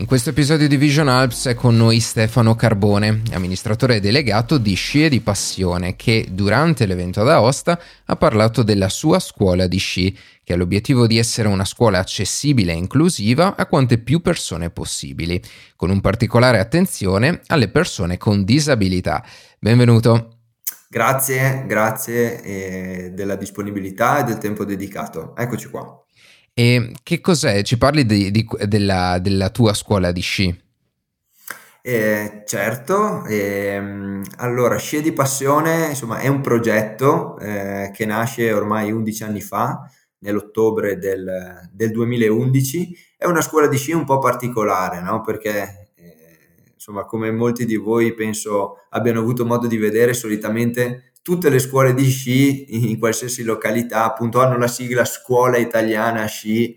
questo episodio di Vision Alps è con noi Stefano Carbone, amministratore delegato di Sci e di Passione, che durante l'evento ad Aosta ha parlato della sua scuola di sci, che ha l'obiettivo di essere una scuola accessibile e inclusiva a quante più persone possibili, con un particolare attenzione alle persone con disabilità. Benvenuto. Grazie della disponibilità e del tempo dedicato. Eccoci qua. E che cos'è? Ci parli della tua scuola di sci? Certo, allora Sci e di Passione insomma è un progetto che nasce ormai 11 anni fa, nell'ottobre del 2011. È una scuola di sci un po' particolare, no? Perché insomma, come molti di voi penso abbiano avuto modo di vedere, solitamente tutte le scuole di sci in qualsiasi località appunto hanno la sigla Scuola Italiana Sci,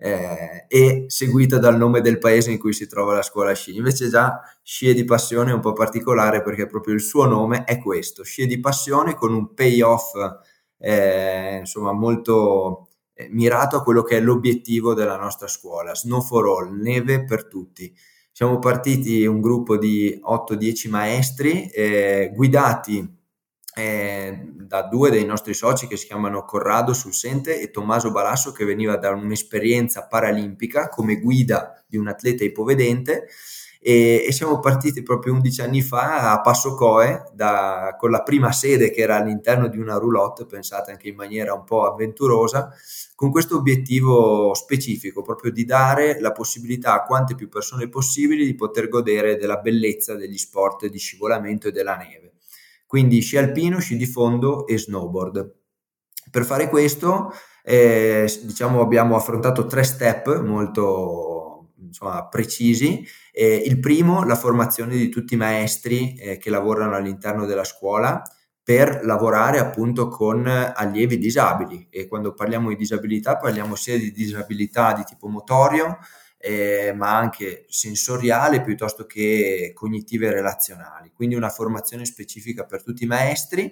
e seguita dal nome del paese in cui si trova la scuola sci. Invece già Sci e di Passione è un po' particolare perché proprio il suo nome è questo, Sci e di Passione, con un payoff insomma molto mirato a quello che è l'obiettivo della nostra scuola: Snow for All, neve per tutti. Siamo partiti un gruppo di 8-10 maestri guidati da due dei nostri soci che si chiamano Corrado Sulsente e Tommaso Balasso, che veniva da un'esperienza paralimpica come guida di un atleta ipovedente, e siamo partiti proprio 11 anni fa a Passo Coe con la prima sede che era all'interno di una roulotte, pensate anche in maniera un po' avventurosa, con questo obiettivo specifico, proprio di dare la possibilità a quante più persone possibili di poter godere della bellezza degli sport di scivolamento e della neve. Quindi sci alpino, sci di fondo e snowboard. Per fare questo diciamo abbiamo affrontato 3 step molto precisi. Il primo, la formazione di tutti i maestri che lavorano all'interno della scuola per lavorare appunto con allievi disabili, e quando parliamo di disabilità parliamo sia di disabilità di tipo motorio, ma anche sensoriale piuttosto che cognitive e relazionali, quindi una formazione specifica per tutti i maestri.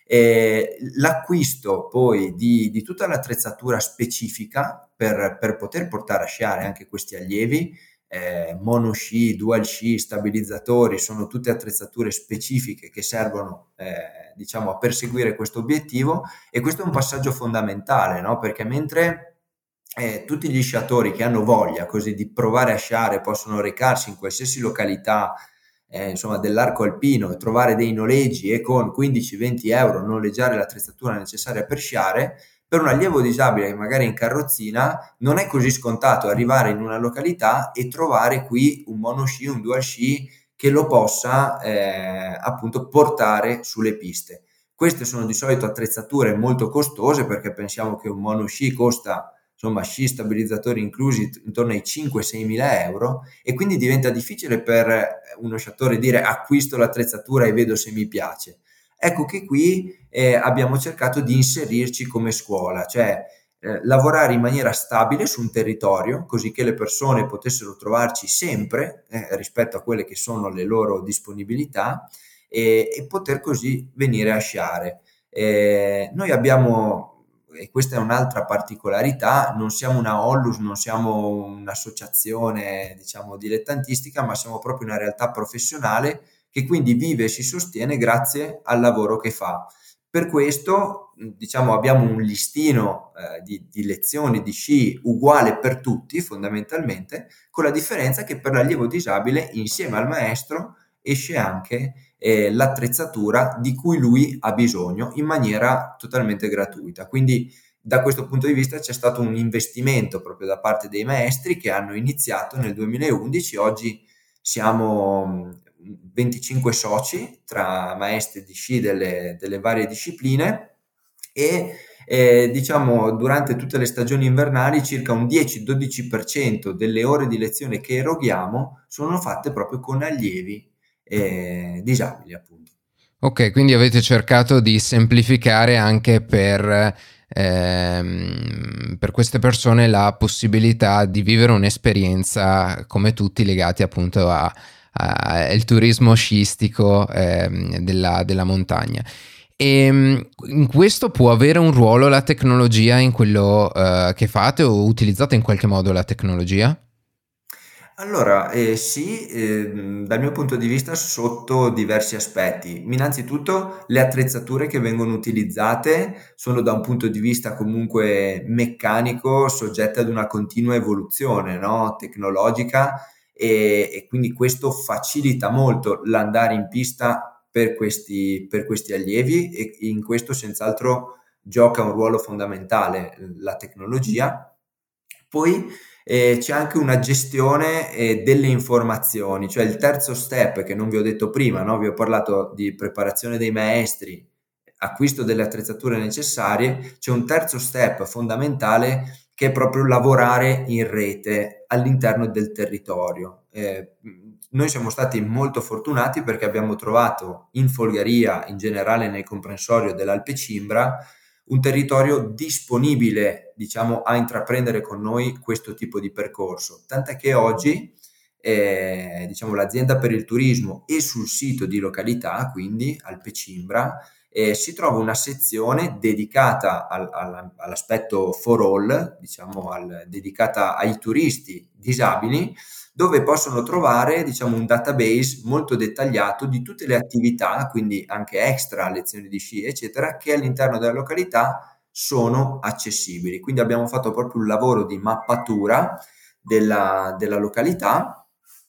L'acquisto poi di tutta l'attrezzatura specifica per poter portare a sciare anche questi allievi, monosci, dual sci, stabilizzatori, sono tutte attrezzature specifiche che servono diciamo a perseguire questo obiettivo. E questo è un passaggio fondamentale, no? Perché mentre tutti gli sciatori che hanno voglia così di provare a sciare possono recarsi in qualsiasi località dell'arco alpino e trovare dei noleggi e con 15-20 euro noleggiare l'attrezzatura necessaria per sciare, per un allievo disabile che magari è in carrozzina non è così scontato arrivare in una località e trovare qui un monosci, un dual sci che lo possa appunto portare sulle piste. Queste sono di solito attrezzature molto costose, perché pensiamo che un monosci costa, insomma, sci stabilizzatori inclusi, intorno ai 5-6 mila euro, e quindi diventa difficile per uno sciatore dire acquisto l'attrezzatura e vedo se mi piace. Ecco che qui abbiamo cercato di inserirci come scuola, cioè lavorare in maniera stabile su un territorio, così che le persone potessero trovarci sempre rispetto a quelle che sono le loro disponibilità, e poter così venire a sciare. Noi abbiamo, e questa è un'altra particolarità, non siamo una Ollus, non siamo un'associazione diciamo dilettantistica, ma siamo proprio una realtà professionale che quindi vive e si sostiene grazie al lavoro che fa. Per questo diciamo abbiamo un listino di lezioni di sci uguale per tutti fondamentalmente, con la differenza che per l'allievo disabile insieme al maestro esce anche l'attrezzatura di cui lui ha bisogno in maniera totalmente gratuita. Quindi da questo punto di vista c'è stato un investimento proprio da parte dei maestri che hanno iniziato nel 2011. Oggi siamo 25 soci tra maestri di sci delle varie discipline, e diciamo durante tutte le stagioni invernali circa un 10-12% delle ore di lezione che eroghiamo sono fatte proprio con allievi disabili, appunto. Ok, quindi avete cercato di semplificare anche per queste persone la possibilità di vivere un'esperienza come tutti legati appunto al turismo sciistico della montagna. E in questo può avere un ruolo la tecnologia in quello che fate, o utilizzate in qualche modo la tecnologia? Allora, sì, dal mio punto di vista sotto diversi aspetti. Innanzitutto le attrezzature che vengono utilizzate sono da un punto di vista comunque meccanico soggette ad una continua evoluzione, no? Tecnologica e quindi questo facilita molto l'andare in pista per questi allievi e in questo senz'altro gioca un ruolo fondamentale la tecnologia. Poi c'è anche una gestione delle informazioni, cioè il terzo step che non vi ho detto prima, no? Vi ho parlato di preparazione dei maestri, acquisto delle attrezzature necessarie, c'è un terzo step fondamentale che è proprio lavorare in rete all'interno del territorio. Noi siamo stati molto fortunati perché abbiamo trovato in Folgaria, in generale nel comprensorio dell'Alpe Cimbra, un territorio disponibile, diciamo, a intraprendere con noi questo tipo di percorso. Tant'è che oggi, diciamo, l'azienda per il turismo e sul sito di località, quindi Alpe Cimbra, si trova una sezione dedicata all'aspetto for all, diciamo, dedicata ai turisti disabili, dove possono trovare, diciamo, un database molto dettagliato di tutte le attività, quindi anche extra lezioni di sci, eccetera, che all'interno della località sono accessibili. Quindi abbiamo fatto proprio un lavoro di mappatura della località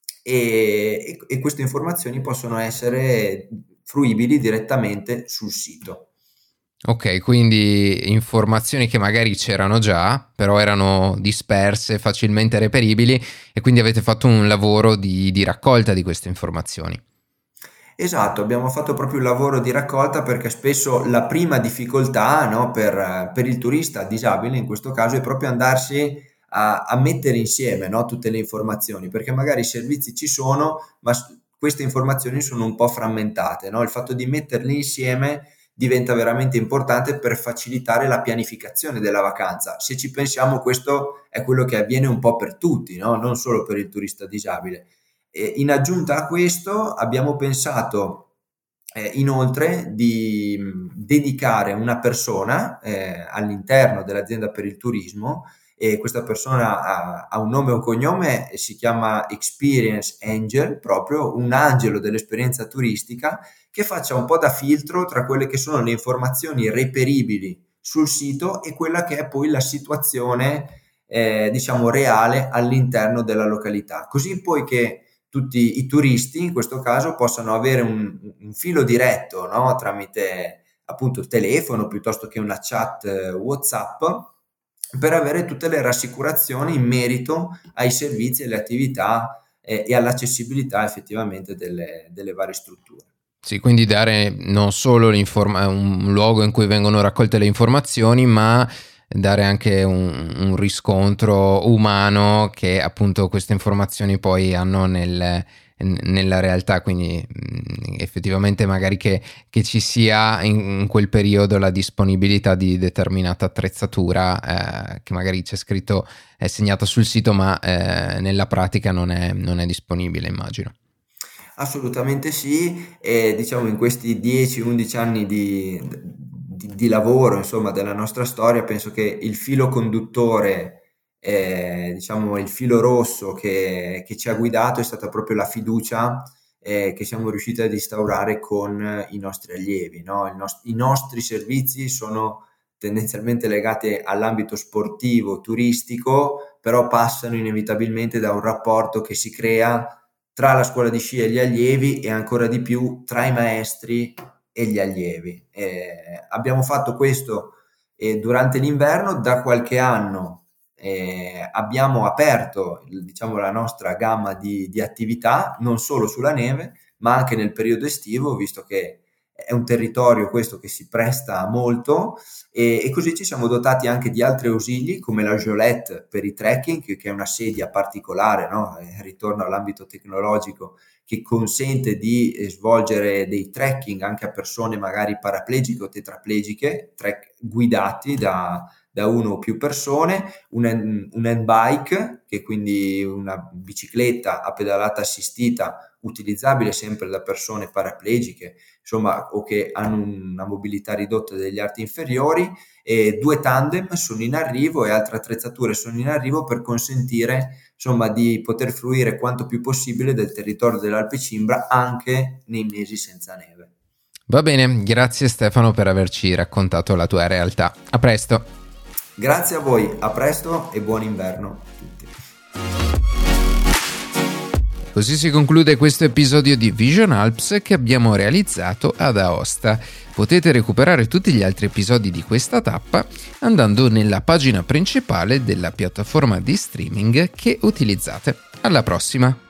e queste informazioni possono essere fruibili direttamente sul sito. Ok, quindi informazioni che magari c'erano già, però erano disperse, facilmente reperibili e quindi avete fatto un lavoro di raccolta di queste informazioni. Esatto, abbiamo fatto proprio il lavoro di raccolta perché spesso la prima difficoltà, no, per il turista disabile in questo caso è proprio andarsi a mettere insieme, no, tutte le informazioni, perché magari i servizi ci sono, ma queste informazioni sono un po' frammentate, no? Il fatto di metterle insieme diventa veramente importante per facilitare la pianificazione della vacanza. Se ci pensiamo, questo è quello che avviene un po' per tutti, no? Non solo per il turista disabile. In aggiunta a questo abbiamo pensato inoltre di dedicare una persona all'interno dell'azienda per il turismo e questa persona ha un nome e un cognome, e si chiama Experience Angel, proprio un angelo dell'esperienza turistica che faccia un po' da filtro tra quelle che sono le informazioni reperibili sul sito e quella che è poi la situazione diciamo reale all'interno della località, così poi che tutti i turisti in questo caso possano avere un filo diretto, no? Tramite appunto il telefono piuttosto che una chat WhatsApp per avere tutte le rassicurazioni in merito ai servizi e alle attività e all'accessibilità effettivamente delle varie strutture. Sì, quindi dare non solo un luogo in cui vengono raccolte le informazioni, ma dare anche un riscontro umano che appunto queste informazioni poi hanno nella realtà, quindi effettivamente magari che ci sia in quel periodo la disponibilità di determinata attrezzatura che magari c'è scritto, è segnata sul sito, ma nella pratica non è disponibile, immagino. Assolutamente sì, e diciamo in questi 10-11 anni di lavoro, insomma, della nostra storia, penso che il filo conduttore, diciamo il filo rosso che ci ha guidato è stata proprio la fiducia che siamo riusciti ad instaurare con i nostri allievi, no? I nostri servizi sono tendenzialmente legati all'ambito sportivo, turistico, però passano inevitabilmente da un rapporto che si crea tra la scuola di sci e gli allievi e ancora di più tra i maestri e gli allievi. Abbiamo fatto questo durante l'inverno, da qualche anno abbiamo aperto diciamo, la nostra gamma di attività, non solo sulla neve, ma anche nel periodo estivo, visto che è un territorio questo che si presta molto e così ci siamo dotati anche di altri ausili come la Jolette per i trekking, che è una sedia particolare, no? Ritorno all'ambito tecnologico, che consente di svolgere dei trekking anche a persone magari paraplegiche o tetraplegiche, trek guidati da uno o più persone, un handbike, che è quindi una bicicletta a pedalata assistita utilizzabile sempre da persone paraplegiche insomma, o che hanno una mobilità ridotta degli arti inferiori, e 2 tandem sono in arrivo e altre attrezzature sono in arrivo per consentire, insomma, di poter fruire quanto più possibile del territorio dell'Alpe Cimbra anche nei mesi senza neve. Va bene, grazie Stefano per averci raccontato la tua realtà. A presto. Grazie a voi, a presto e buon inverno a tutti. Così si conclude questo episodio di Vision Alps che abbiamo realizzato ad Aosta. Potete recuperare tutti gli altri episodi di questa tappa andando nella pagina principale della piattaforma di streaming che utilizzate. Alla prossima!